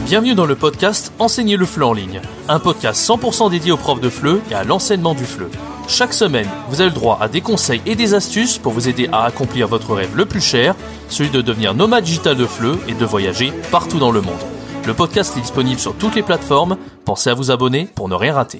Bienvenue dans le podcast Enseigner le FLE en ligne, un podcast 100% dédié aux profs de FLE et à l'enseignement du FLE. Chaque semaine, vous avez le droit à des conseils et des astuces pour vous aider à accomplir votre rêve le plus cher, celui de devenir nomade digital de FLE et de voyager partout dans le monde. Le podcast est disponible sur toutes les plateformes, pensez à vous abonner pour ne rien rater.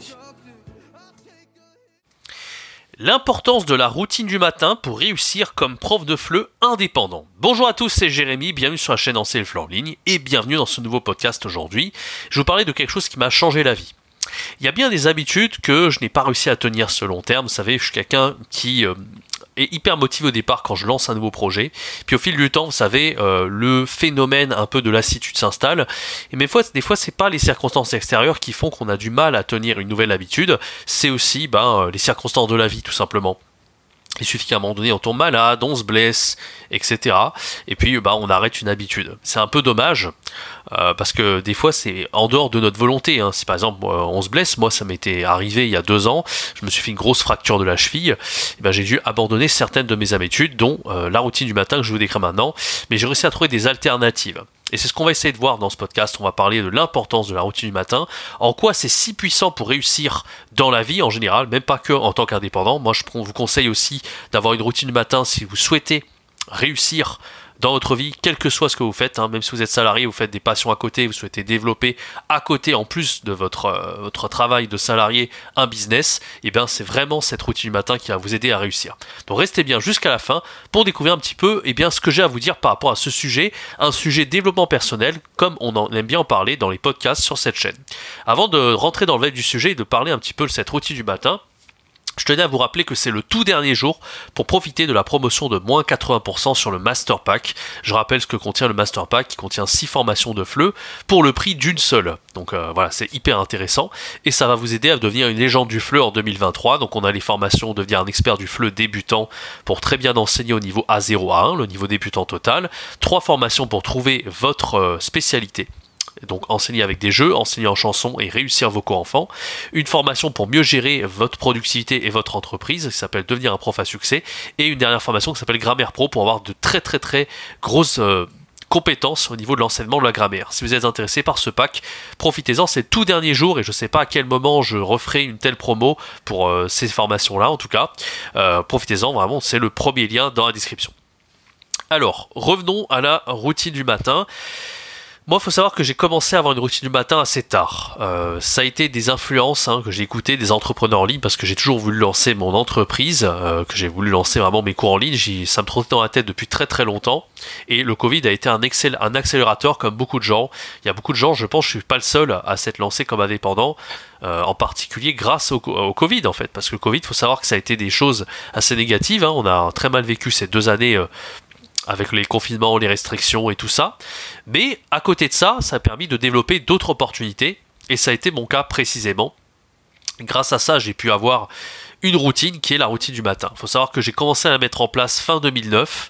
L'importance de la routine du matin pour réussir comme prof de FLE indépendant. Bonjour à tous, c'est Jérémy, bienvenue sur la chaîne Enseigner le FLE en ligne et bienvenue dans ce nouveau podcast aujourd'hui. Je vais vous parler de quelque chose qui m'a changé la vie. Il y a bien des habitudes que je n'ai pas réussi à tenir ce long terme. Vous savez, je suis quelqu'un qui est hyper motivé au départ quand je lance un nouveau projet. Puis au fil du temps, vous savez, le phénomène un peu de lassitude s'installe. Et des fois, c'est pas les circonstances extérieures qui font qu'on a du mal à tenir une nouvelle habitude. C'est aussi les circonstances de la vie, tout simplement. Il suffit qu'à un moment donné, on tombe malade, on se blesse, etc. Et puis, on arrête une habitude. C'est un peu dommage, parce que des fois, c'est en dehors de notre volonté. Si par exemple, on se blesse, moi, ça m'était arrivé il y a 2 ans, je me suis fait une grosse fracture de la cheville, j'ai dû abandonner certaines de mes habitudes, dont la routine du matin que je vous décris maintenant, mais j'ai réussi à trouver des alternatives. Et c'est ce qu'on va essayer de voir dans ce podcast. On va parler de l'importance de la routine du matin, en quoi c'est si puissant pour réussir dans la vie en général, même pas que en tant qu'indépendant. Moi, je vous conseille aussi d'avoir une routine du matin si vous souhaitez réussir dans votre vie, quel que soit ce que vous faites, même si vous êtes salarié, vous faites des passions à côté, vous souhaitez développer à côté, en plus de votre travail de salarié, un business, c'est vraiment cette routine du matin qui va vous aider à réussir. Donc restez bien jusqu'à la fin pour découvrir un petit peu ce que j'ai à vous dire par rapport à ce sujet, un sujet développement personnel, comme on en aime bien en parler dans les podcasts sur cette chaîne. Avant de rentrer dans le vif du sujet et de parler un petit peu de cette routine du matin, je tenais à vous rappeler que c'est le tout dernier jour pour profiter de la promotion de moins 80% sur le Master Pack. Je rappelle ce que contient le Master Pack, qui contient 6 formations de FLE pour le prix d'une seule. Donc c'est hyper intéressant et ça va vous aider à devenir une légende du FLE en 2023. Donc on a les formations devenir un expert du FLE débutant pour très bien enseigner au niveau A0 A1, le niveau débutant total. 3 formations pour trouver votre spécialité. Donc enseigner avec des jeux, enseigner en chanson et réussir vos co-enfants. Une formation pour mieux gérer votre productivité et votre entreprise qui s'appelle devenir un prof à succès. Et une dernière formation qui s'appelle Grammaire Pro pour avoir de très très très grosses compétences au niveau de l'enseignement de la grammaire. Si vous êtes intéressé par ce pack, profitez-en, c'est le tout dernier jour et je ne sais pas à quel moment je referai une telle promo pour ces formations-là en tout cas. Profitez-en, vraiment, c'est le premier lien dans la description. Alors, revenons à la routine du matin. Moi, il faut savoir que j'ai commencé à avoir une routine du matin assez tard. Ça a été des influences que j'ai écoutées des entrepreneurs en ligne parce que j'ai toujours voulu lancer mon entreprise, que j'ai voulu lancer vraiment mes cours en ligne. Ça me trottait dans la tête depuis très très longtemps. Et le Covid a été un accélérateur comme beaucoup de gens. Il y a beaucoup de gens, je pense, je suis pas le seul à s'être lancé comme indépendant, en particulier grâce au Covid en fait. Parce que le Covid, il faut savoir que ça a été des choses assez négatives. On a très mal vécu ces 2 années avec les confinements, les restrictions et tout ça. Mais à côté de ça, ça a permis de développer d'autres opportunités, et ça a été mon cas précisément. Grâce à ça, j'ai pu avoir une routine qui est la routine du matin. Il faut savoir que j'ai commencé à la mettre en place fin 2019,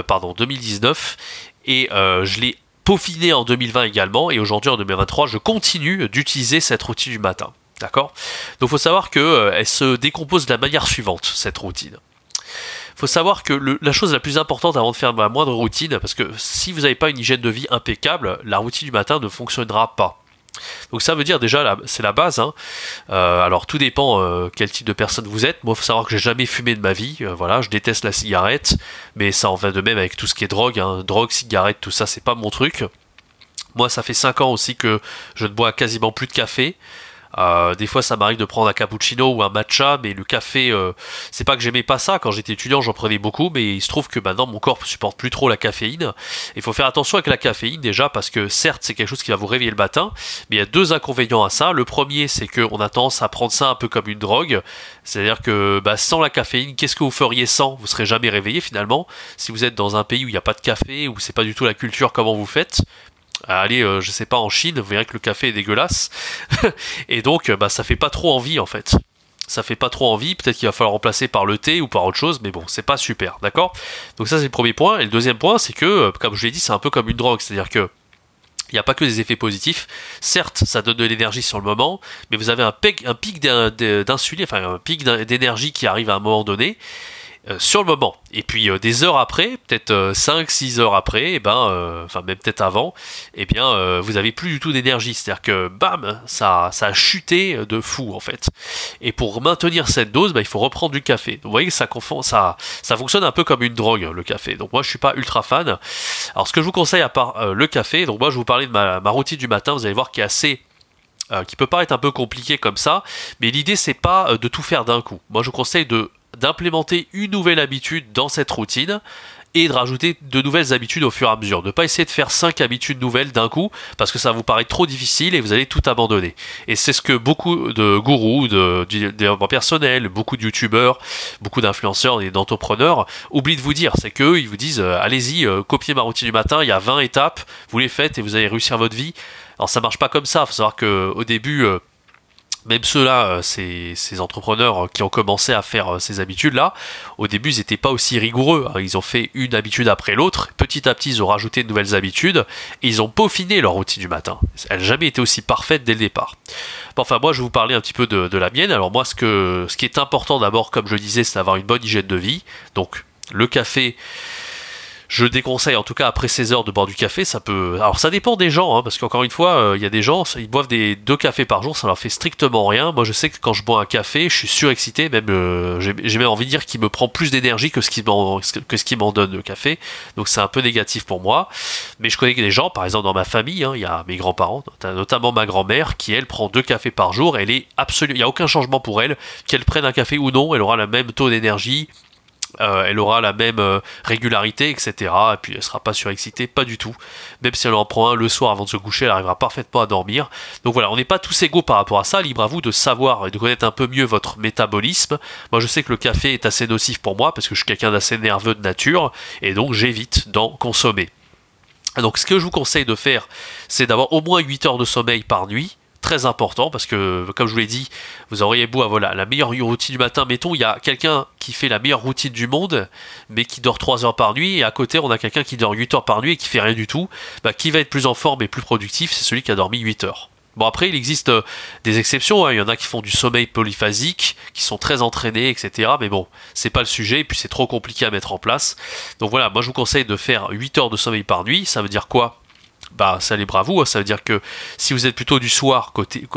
et je l'ai peaufiné en 2020 également, et aujourd'hui en 2023, je continue d'utiliser cette routine du matin. D'accord ? Donc il faut savoir qu'elle se décompose de la manière suivante, cette routine. Il faut savoir que la chose la plus importante avant de faire la moindre routine, parce que si vous n'avez pas une hygiène de vie impeccable, la routine du matin ne fonctionnera pas. Donc ça veut dire déjà, c'est la base. Alors tout dépend quel type de personne vous êtes. Moi, il faut savoir que j'ai jamais fumé de ma vie. Je déteste la cigarette, mais ça en va de même avec tout ce qui est drogue. Drogue, cigarette, tout ça, c'est pas mon truc. Moi, ça fait 5 ans aussi que je ne bois quasiment plus de café. Des fois ça m'arrive de prendre un cappuccino ou un matcha, mais le café, c'est pas que j'aimais pas ça. Quand j'étais étudiant, j'en prenais beaucoup, mais il se trouve que maintenant mon corps supporte plus trop la caféine. Il faut faire attention avec la caféine déjà, parce que certes c'est quelque chose qui va vous réveiller le matin, mais il y a 2 inconvénients à ça. Le premier, c'est qu'on a tendance à prendre ça un peu comme une drogue, c'est-à-dire que sans la caféine, qu'est-ce que vous feriez sans ? Vous serez jamais réveillé finalement. Si vous êtes dans un pays où il n'y a pas de café, où c'est pas du tout la culture, comment vous faites ? Allez, je sais pas, en Chine, vous verrez que le café est dégueulasse. Et donc, ça fait pas trop envie, en fait. Ça fait pas trop envie, peut-être qu'il va falloir remplacer par le thé ou par autre chose, mais bon, c'est pas super, d'accord ? Donc ça, c'est le premier point. Et le deuxième point, c'est que, comme je l'ai dit, c'est un peu comme une drogue, c'est-à-dire que il n'y a pas que des effets positifs. Certes, ça donne de l'énergie sur le moment, mais vous avez un pic d'insuline, enfin un pic d'énergie qui arrive à un moment donné. sur le moment. Et puis des heures après, peut-être 5-6 heures après, enfin même peut-être avant, vous avez plus du tout d'énergie. C'est-à-dire que bam, ça a chuté de fou en fait. Et pour maintenir cette dose, il faut reprendre du café. Donc, vous voyez que ça fonctionne un peu comme une drogue, le café. Donc moi je suis pas ultra fan. Alors ce que je vous conseille à part le café, donc moi je vous parlais de ma routine du matin, vous allez voir qui est assez qui peut paraître un peu compliqué comme ça, mais l'idée c'est pas de tout faire d'un coup. Moi je vous conseille d'implémenter une nouvelle habitude dans cette routine et de rajouter de nouvelles habitudes au fur et à mesure. Ne pas essayer de faire 5 habitudes nouvelles d'un coup parce que ça vous paraît trop difficile et vous allez tout abandonner. Et c'est ce que beaucoup de gourous, de développement personnel, beaucoup de youtubeurs, beaucoup d'influenceurs et d'entrepreneurs oublient de vous dire. C'est qu'eux, ils vous disent allez-y, copiez ma routine du matin, il y a 20 étapes, vous les faites et vous allez réussir votre vie. Alors ça marche pas comme ça, il faut savoir qu'au début... même ceux-là, ces entrepreneurs qui ont commencé à faire ces habitudes-là, au début, ils n'étaient pas aussi rigoureux. Ils ont fait une habitude après l'autre. Petit à petit, ils ont rajouté de nouvelles habitudes et ils ont peaufiné leur routine du matin. Elle n'a jamais été aussi parfaite dès le départ. Bon, enfin, moi, je vais vous parler un petit peu de la mienne. Alors moi, ce qui est important d'abord, comme je le disais, c'est d'avoir une bonne hygiène de vie. Donc, le café... Je déconseille en tout cas après 16 heures de boire du café, Alors ça dépend des gens, parce qu'encore une fois, il y a des gens, ils boivent 2 cafés par jour, ça leur fait strictement rien. Moi je sais que quand je bois un café, je suis surexcité, même j'ai même envie de dire qu'il me prend plus d'énergie que ce qui m'en donne le café. Donc c'est un peu négatif pour moi. Mais je connais des gens, par exemple dans ma famille, il y a mes grands-parents, notamment ma grand-mère, qui elle prend 2 cafés par jour, il n'y a aucun changement pour elle, qu'elle prenne un café ou non, elle aura le même taux d'énergie. Elle aura la même régularité, etc. Et puis elle sera pas surexcitée, pas du tout. Même si elle en prend un le soir avant de se coucher, elle arrivera parfaitement à dormir. Donc voilà, on n'est pas tous égaux par rapport à ça. Libre à vous de savoir et de connaître un peu mieux votre métabolisme. Moi je sais que le café est assez nocif pour moi parce que je suis quelqu'un d'assez nerveux de nature et donc j'évite d'en consommer. Donc ce que je vous conseille de faire, c'est d'avoir au moins 8 heures de sommeil par nuit. Très important parce que, comme je vous l'ai dit, vous auriez beau avoir la meilleure routine du matin. Mettons, il y a quelqu'un qui fait la meilleure routine du monde, mais qui dort 3 heures par nuit, et à côté, on a quelqu'un qui dort 8 heures par nuit et qui fait rien du tout. Qui va être plus en forme et plus productif, c'est celui qui a dormi 8 heures. Bon, après, il existe des exceptions, il y en a qui font du sommeil polyphasique, qui sont très entraînés, etc. Mais bon, c'est pas le sujet, et puis c'est trop compliqué à mettre en place. Donc voilà, moi je vous conseille de faire 8 heures de sommeil par nuit. Ça veut dire quoi ? Ça libre à vous, ça veut dire que si vous êtes plutôt du soir,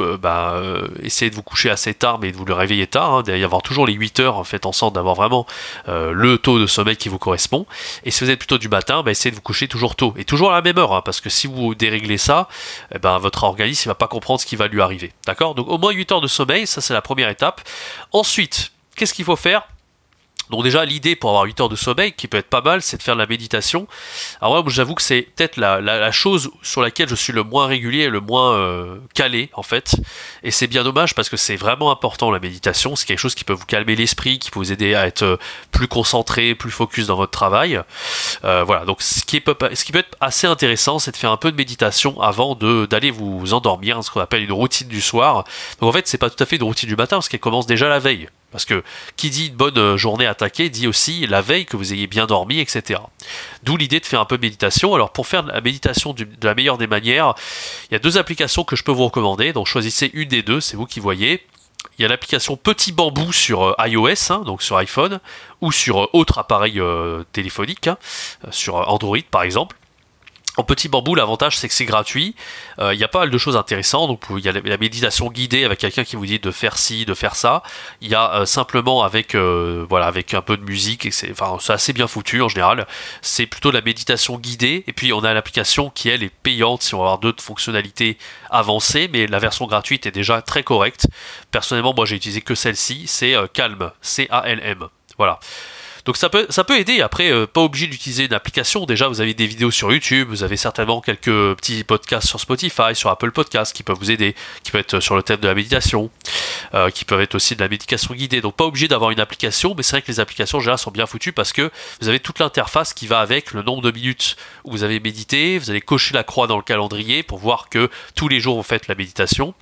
essayez de vous coucher assez tard mais de vous le réveiller tard, d'y avoir toujours les 8 heures, faites en sorte d'avoir vraiment le taux de sommeil qui vous correspond. Et si vous êtes plutôt du matin, essayez de vous coucher toujours tôt et toujours à la même heure, parce que si vous déréglez ça, votre organisme ne va pas comprendre ce qui va lui arriver, d'accord? Donc au moins 8 heures de sommeil, ça c'est la première étape. Ensuite, qu'est-ce qu'il faut faire? Donc déjà, l'idée pour avoir 8 heures de sommeil, qui peut être pas mal, c'est de faire de la méditation. Alors moi, j'avoue que c'est peut-être la chose sur laquelle je suis le moins régulier et le moins calé, en fait. Et c'est bien dommage parce que c'est vraiment important, la méditation. C'est quelque chose qui peut vous calmer l'esprit, qui peut vous aider à être plus concentré, plus focus dans votre travail. Voilà, donc ce qui peut être assez intéressant, c'est de faire un peu de méditation avant d'aller vous endormir, ce qu'on appelle une routine du soir. Donc en fait, c'est pas tout à fait une routine du matin, parce qu'elle commence déjà la veille. Parce que qui dit une bonne journée attaquée dit aussi la veille que vous ayez bien dormi, etc. D'où l'idée de faire un peu de méditation. Alors pour faire de la méditation de la meilleure des manières, il y a 2 applications que je peux vous recommander. Donc choisissez une des 2, c'est vous qui voyez. Il y a l'application Petit Bambou sur iOS, donc sur iPhone, ou sur autre appareil téléphonique, sur Android par exemple. En Petit Bambou, l'avantage c'est que c'est gratuit, il y a pas mal de choses intéressantes, donc il y a la méditation guidée avec quelqu'un qui vous dit de faire ci, de faire ça, il y a simplement avec un peu de musique, et c'est assez bien foutu en général, c'est plutôt la méditation guidée, et puis on a l'application qui elle est payante si on va avoir d'autres fonctionnalités avancées, mais la version gratuite est déjà très correcte. Personnellement moi j'ai utilisé que celle-ci, c'est Calm, C-A-L-M, voilà. Donc ça peut aider. Après, pas obligé d'utiliser une application. Déjà, vous avez des vidéos sur YouTube, vous avez certainement quelques petits podcasts sur Spotify, sur Apple Podcasts qui peuvent vous aider, qui peuvent être sur le thème de la méditation, qui peuvent être aussi de la médication guidée. Donc pas obligé d'avoir une application, mais c'est vrai que les applications en général sont bien foutues parce que vous avez toute l'interface qui va avec le nombre de minutes où vous avez médité, vous allez cocher la croix dans le calendrier pour voir que tous les jours vous faites la méditation.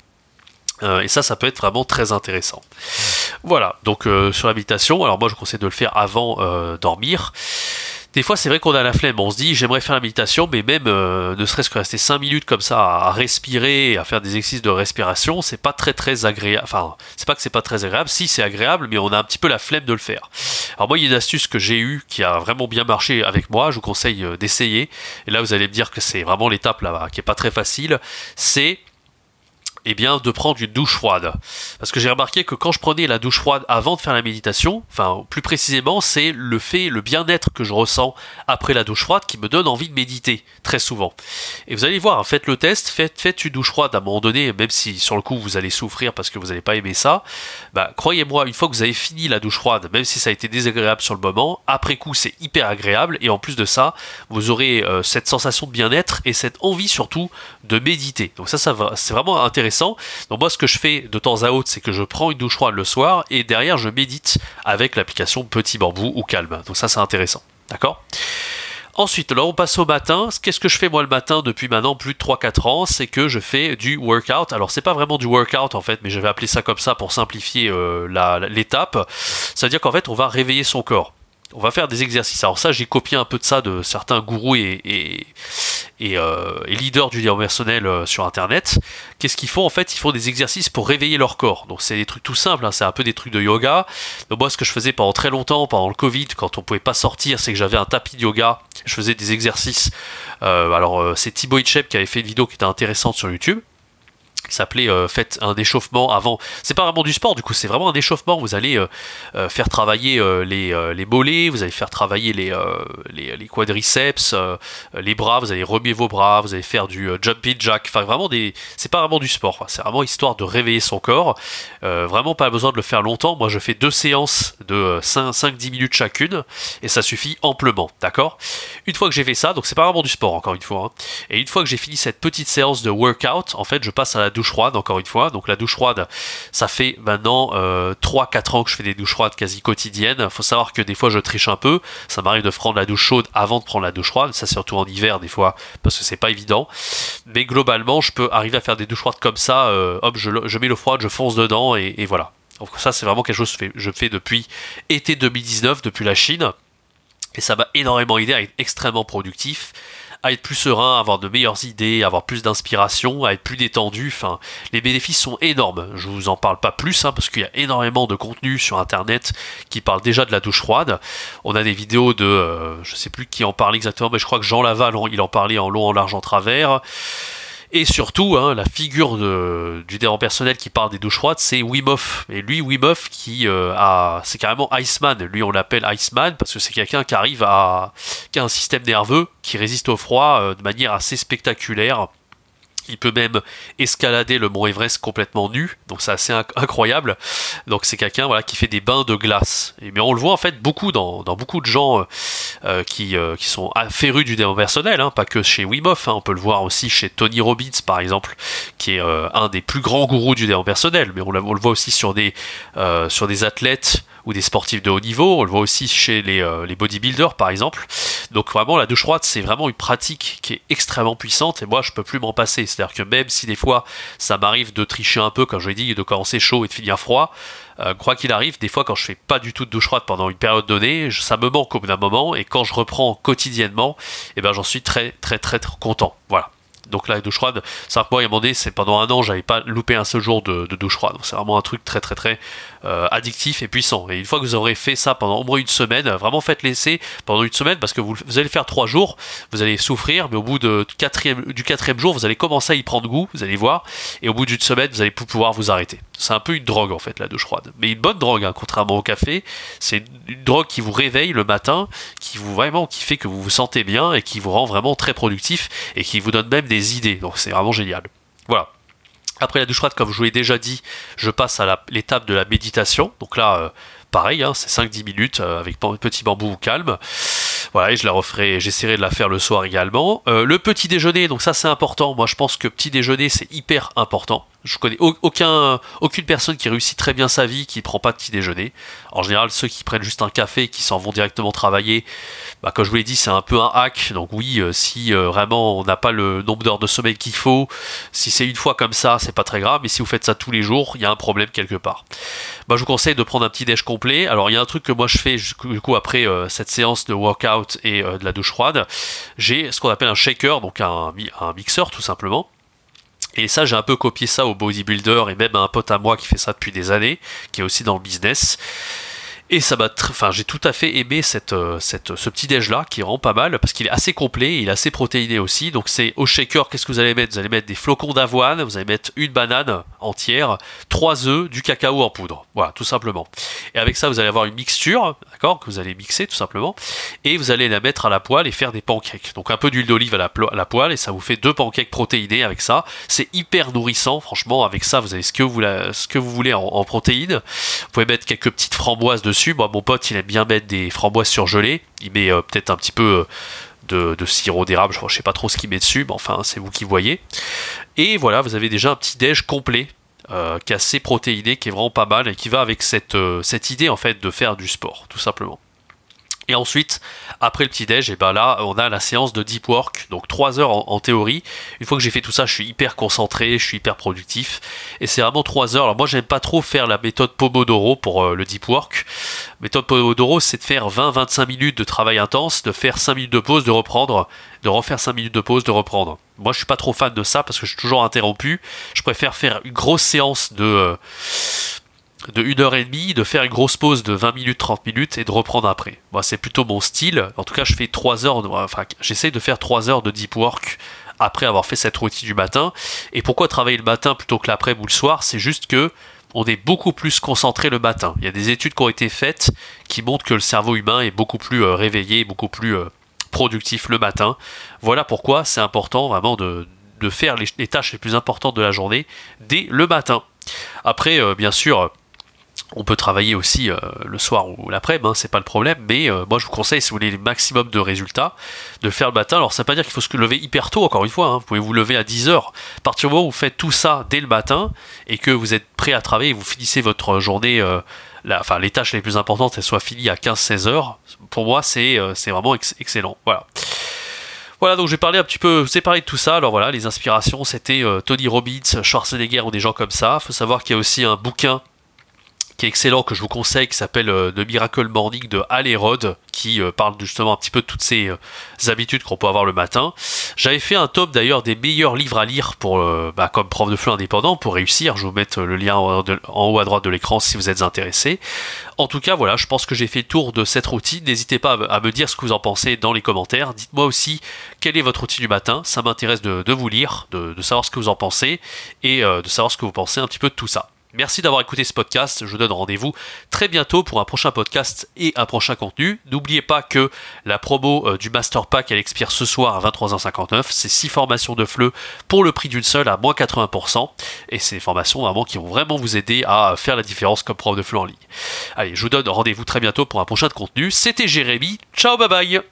Et ça peut être vraiment très intéressant. Voilà, donc sur la méditation, alors moi je conseille de le faire avant dormir. Des fois, c'est vrai qu'on a la flemme. On se dit, j'aimerais faire la méditation, mais même ne serait-ce que rester 5 minutes comme ça à respirer, à faire des exercices de respiration, c'est pas très très agréable. Enfin, c'est pas que c'est pas très agréable. Si, c'est agréable, mais on a un petit peu la flemme de le faire. Alors moi, il y a une astuce que j'ai eue qui a vraiment bien marché avec moi. Je vous conseille d'essayer. Et là, vous allez me dire que c'est vraiment l'étape là qui est pas très facile. C'est de prendre une douche froide. Parce que j'ai remarqué que quand je prenais la douche froide avant de faire la méditation, enfin plus précisément, c'est le bien-être que je ressens après la douche froide qui me donne envie de méditer, très souvent. Et vous allez voir, faites le test, faites une douche froide à un moment donné, même si sur le coup vous allez souffrir parce que vous n'allez pas aimer ça, croyez-moi, une fois que vous avez fini la douche froide, même si ça a été désagréable sur le moment, après coup c'est hyper agréable, et en plus de ça, vous aurez cette sensation de bien-être et cette envie surtout de méditer. Donc ça va, c'est vraiment intéressant. Donc moi ce que je fais de temps à autre, c'est que je prends une douche froide le soir et derrière je médite avec l'application Petit Bambou ou Calme. Donc ça c'est intéressant, d'accord ? Ensuite, là on passe au matin. Qu'est-ce que je fais moi le matin depuis maintenant plus de 3-4 ans? C'est que je fais du workout. Alors c'est pas vraiment du workout en fait, mais je vais appeler ça comme ça pour simplifier l'étape. Ça veut dire qu'en fait on va réveiller son corps. On va faire des exercices. Alors ça, j'ai copié un peu de ça de certains gourous et leaders du développement personnel sur Internet. Qu'est-ce qu'ils font? En fait, ils font des exercices pour réveiller leur corps. Donc c'est des trucs tout simples, hein. C'est un peu des trucs de yoga. Donc moi, ce que je faisais pendant très longtemps, pendant le Covid, quand on pouvait pas sortir, c'est que j'avais un tapis de yoga. Je faisais des exercices. C'est Thibaut Inchep qui avait fait une vidéo qui était intéressante sur YouTube, qui s'appelait faites un échauffement avant. C'est pas vraiment du sport, du coup c'est vraiment un échauffement. Vous allez faire travailler les mollets, vous allez faire travailler les quadriceps, les bras, vous allez remuer vos bras, vous allez faire du jumping jack. Enfin vraiment c'est pas vraiment du sport, c'est vraiment histoire de réveiller son corps. Vraiment pas besoin de le faire longtemps. Moi je fais 2 séances de 5-10 minutes chacune et ça suffit amplement, d'accord? Une fois que j'ai fait ça, donc c'est pas vraiment du sport encore une fois, hein, et une fois que j'ai fini cette petite séance de workout, en fait je passe à la douche froide encore une fois. Donc la douche froide, ça fait maintenant 3-4 ans que je fais des douches froides quasi quotidiennes. Faut savoir que des fois je triche un peu, ça m'arrive de prendre la douche chaude avant de prendre la douche froide, ça surtout en hiver des fois parce que c'est pas évident, mais globalement je peux arriver à faire des douches froides comme ça. Hop, je mets l'eau froide, je fonce dedans et voilà. Donc ça c'est vraiment quelque chose que je fais depuis été 2019, depuis la Chine, et ça m'a énormément aidé à être extrêmement productif, à être plus serein, à avoir de meilleures idées, à avoir plus d'inspiration, à être plus détendu. Enfin, les bénéfices sont énormes. Je vous en parle pas plus, parce qu'il y a énormément de contenu sur Internet qui parle déjà de la douche froide. On a des vidéos de, je sais plus qui en parle exactement, mais je crois que Jean Laval, il en parlait en long, en large, en travers. Et surtout, la figure du développement personnel qui parle des douches froides, c'est Wim Hof. Et lui, Wim Hof, c'est carrément Iceman. Lui, on l'appelle Iceman parce que c'est quelqu'un qui a un système nerveux qui résiste au froid de manière assez spectaculaire. Il peut même escalader le mont Everest complètement nu, donc c'est assez incroyable. Donc c'est quelqu'un qui fait des bains de glace. Mais on le voit en fait beaucoup dans beaucoup de gens qui sont férus du développement personnel, pas que chez Wim Hof, on peut le voir aussi chez Tony Robbins par exemple, qui est un des plus grands gourous du développement personnel. Mais on le voit aussi sur des athlètes ou des sportifs de haut niveau, on le voit aussi chez les bodybuilders par exemple. Donc vraiment la douche froide c'est vraiment une pratique qui est extrêmement puissante et moi je peux plus m'en passer. C'est-à-dire que même si des fois ça m'arrive de tricher un peu, comme je l'ai dit, de commencer chaud et de finir froid, quoi qu'il arrive, des fois quand je fais pas du tout de douche froide pendant une période donnée, ça me manque au bout d'un moment, et quand je reprends quotidiennement, j'en suis très très très très content. Voilà. Donc la douche froide, ça moi, il y a un moment donné, c'est pendant un an, j'avais pas loupé un seul jour de douche froide. Donc c'est vraiment un truc très très très addictif et puissant. Et une fois que vous aurez fait ça pendant au moins une semaine, vraiment faites l'essai pendant une semaine, parce que vous allez le faire 3 jours, vous allez souffrir, mais au bout du quatrième jour, vous allez commencer à y prendre goût, vous allez voir, et au bout d'une semaine, vous allez pouvoir vous arrêter. C'est un peu une drogue en fait, la douche froide. Mais une bonne drogue, contrairement au café, c'est une drogue qui vous réveille le matin, qui fait que vous vous sentez bien et qui vous rend vraiment très productif et qui vous donne même des idées. Donc c'est vraiment génial. Voilà. Après la douche froide, comme je vous l'ai déjà dit, je passe à l'étape de la méditation. Donc là, pareil, c'est 5-10 minutes avec Petit Bambou ou Calme. Voilà, et j'essaierai de la faire le soir également. Le petit déjeuner, donc ça c'est important. Moi je pense que petit déjeuner c'est hyper important. Je connais aucune personne qui réussit très bien sa vie qui ne prend pas de petit déjeuner. En général, ceux qui prennent juste un café et qui s'en vont directement travailler, comme je vous l'ai dit, c'est un peu un hack. Donc oui, si vraiment on n'a pas le nombre d'heures de sommeil qu'il faut, si c'est une fois comme ça, c'est pas très grave. Mais si vous faites ça tous les jours, il y a un problème quelque part. Je vous conseille de prendre un petit déj complet. Alors il y a un truc que moi je fais du coup après cette séance de workout et de la douche froide. J'ai ce qu'on appelle un shaker, donc un mixeur tout simplement. Et ça, j'ai un peu copié ça au bodybuilder et même à un pote à moi qui fait ça depuis des années, qui est aussi dans le business. Et ça m'a, j'ai tout à fait aimé ce petit déj là, qui est vraiment pas mal parce qu'il est assez complet, il est assez protéiné aussi. Donc c'est au shaker, qu'est-ce que vous allez mettre? Vous allez mettre des flocons d'avoine, vous allez mettre une banane entière, 3 œufs, du cacao en poudre. Voilà, tout simplement. Et avec ça, vous allez avoir une mixture, d'accord, que vous allez mixer tout simplement, et vous allez la mettre à la poêle et faire des pancakes. Donc un peu d'huile d'olive à la poêle et ça vous fait 2 pancakes protéinés avec ça. C'est hyper nourrissant, franchement. Avec ça, vous avez ce que vous voulez en protéines. Vous pouvez mettre quelques petites framboises dessus. Moi, mon pote, il aime bien mettre des framboises surgelées. Il met peut-être un petit peu de sirop d'érable. Je sais pas trop ce qu'il met dessus, mais enfin, c'est vous qui voyez. Et voilà, vous avez déjà un petit déj complet qui est assez protéiné, qui est vraiment pas mal et qui va avec cette idée en fait de faire du sport, tout simplement. Et ensuite, après le petit-déj, et là, on a la séance de deep work, donc 3 heures en théorie. Une fois que j'ai fait tout ça, je suis hyper concentré, je suis hyper productif. Et c'est vraiment 3 heures. Alors moi, j'aime pas trop faire la méthode Pomodoro pour le deep work. La méthode Pomodoro, c'est de faire 20-25 minutes de travail intense, de faire 5 minutes de pause, de reprendre, de refaire 5 minutes de pause, de reprendre. Moi, je suis pas trop fan de ça parce que je suis toujours interrompu. Je préfère faire une grosse séance de 1h30, de faire une grosse pause de 20 minutes, 30 minutes et de reprendre après. Moi, c'est plutôt mon style. En tout cas, je fais 3 heures, j'essaie de faire 3 heures de deep work après avoir fait cette routine du matin. Et pourquoi travailler le matin plutôt que l'après-midi ou le soir? C'est juste que on est beaucoup plus concentré le matin. Il y a des études qui ont été faites qui montrent que le cerveau humain est beaucoup plus réveillé, beaucoup plus productif le matin. Voilà pourquoi c'est important vraiment de faire les tâches les plus importantes de la journée dès le matin. Après, bien sûr, on peut travailler aussi le soir ou l'après-midi, c'est pas le problème, mais moi je vous conseille, si vous voulez le maximum de résultats, de le faire le matin. Alors ça veut pas dire qu'il faut se lever hyper tôt, encore une fois, vous pouvez vous lever à 10h. À partir du moment où vous faites tout ça dès le matin, et que vous êtes prêt à travailler, et vous finissez votre journée, les tâches les plus importantes, elles soient finies à 15-16 heures, pour moi c'est vraiment excellent. Voilà, donc j'ai parlé un petit peu, je vous ai parlé de tout ça. Alors voilà, les inspirations, c'était Tony Robbins, Schwarzenegger ou des gens comme ça. Il faut savoir qu'il y a aussi un bouquin qui est excellent, que je vous conseille, qui s'appelle The Miracle Morning de Hal Elrod, qui parle justement un petit peu de toutes ces habitudes qu'on peut avoir le matin. J'avais fait un top d'ailleurs des meilleurs livres à lire pour comme prof de FLE indépendant pour réussir. Je vais vous mettre le lien en haut à droite de l'écran si vous êtes intéressé. En tout cas, voilà, je pense que j'ai fait le tour de cette routine. N'hésitez pas à me dire ce que vous en pensez dans les commentaires. Dites-moi aussi quelle est votre routine du matin. Ça m'intéresse de vous lire, de savoir ce que vous en pensez et de savoir ce que vous pensez un petit peu de tout ça. Merci d'avoir écouté ce podcast, je vous donne rendez-vous très bientôt pour un prochain podcast et un prochain contenu. N'oubliez pas que la promo du Master Pack, elle expire ce soir à 23h59. C'est 6 formations de FLE pour le prix d'une seule à moins 80%. Et c'est des formations vraiment qui vont vraiment vous aider à faire la différence comme prof de FLE en ligne. Allez, je vous donne rendez-vous très bientôt pour un prochain contenu. C'était Jérémy, ciao, bye bye.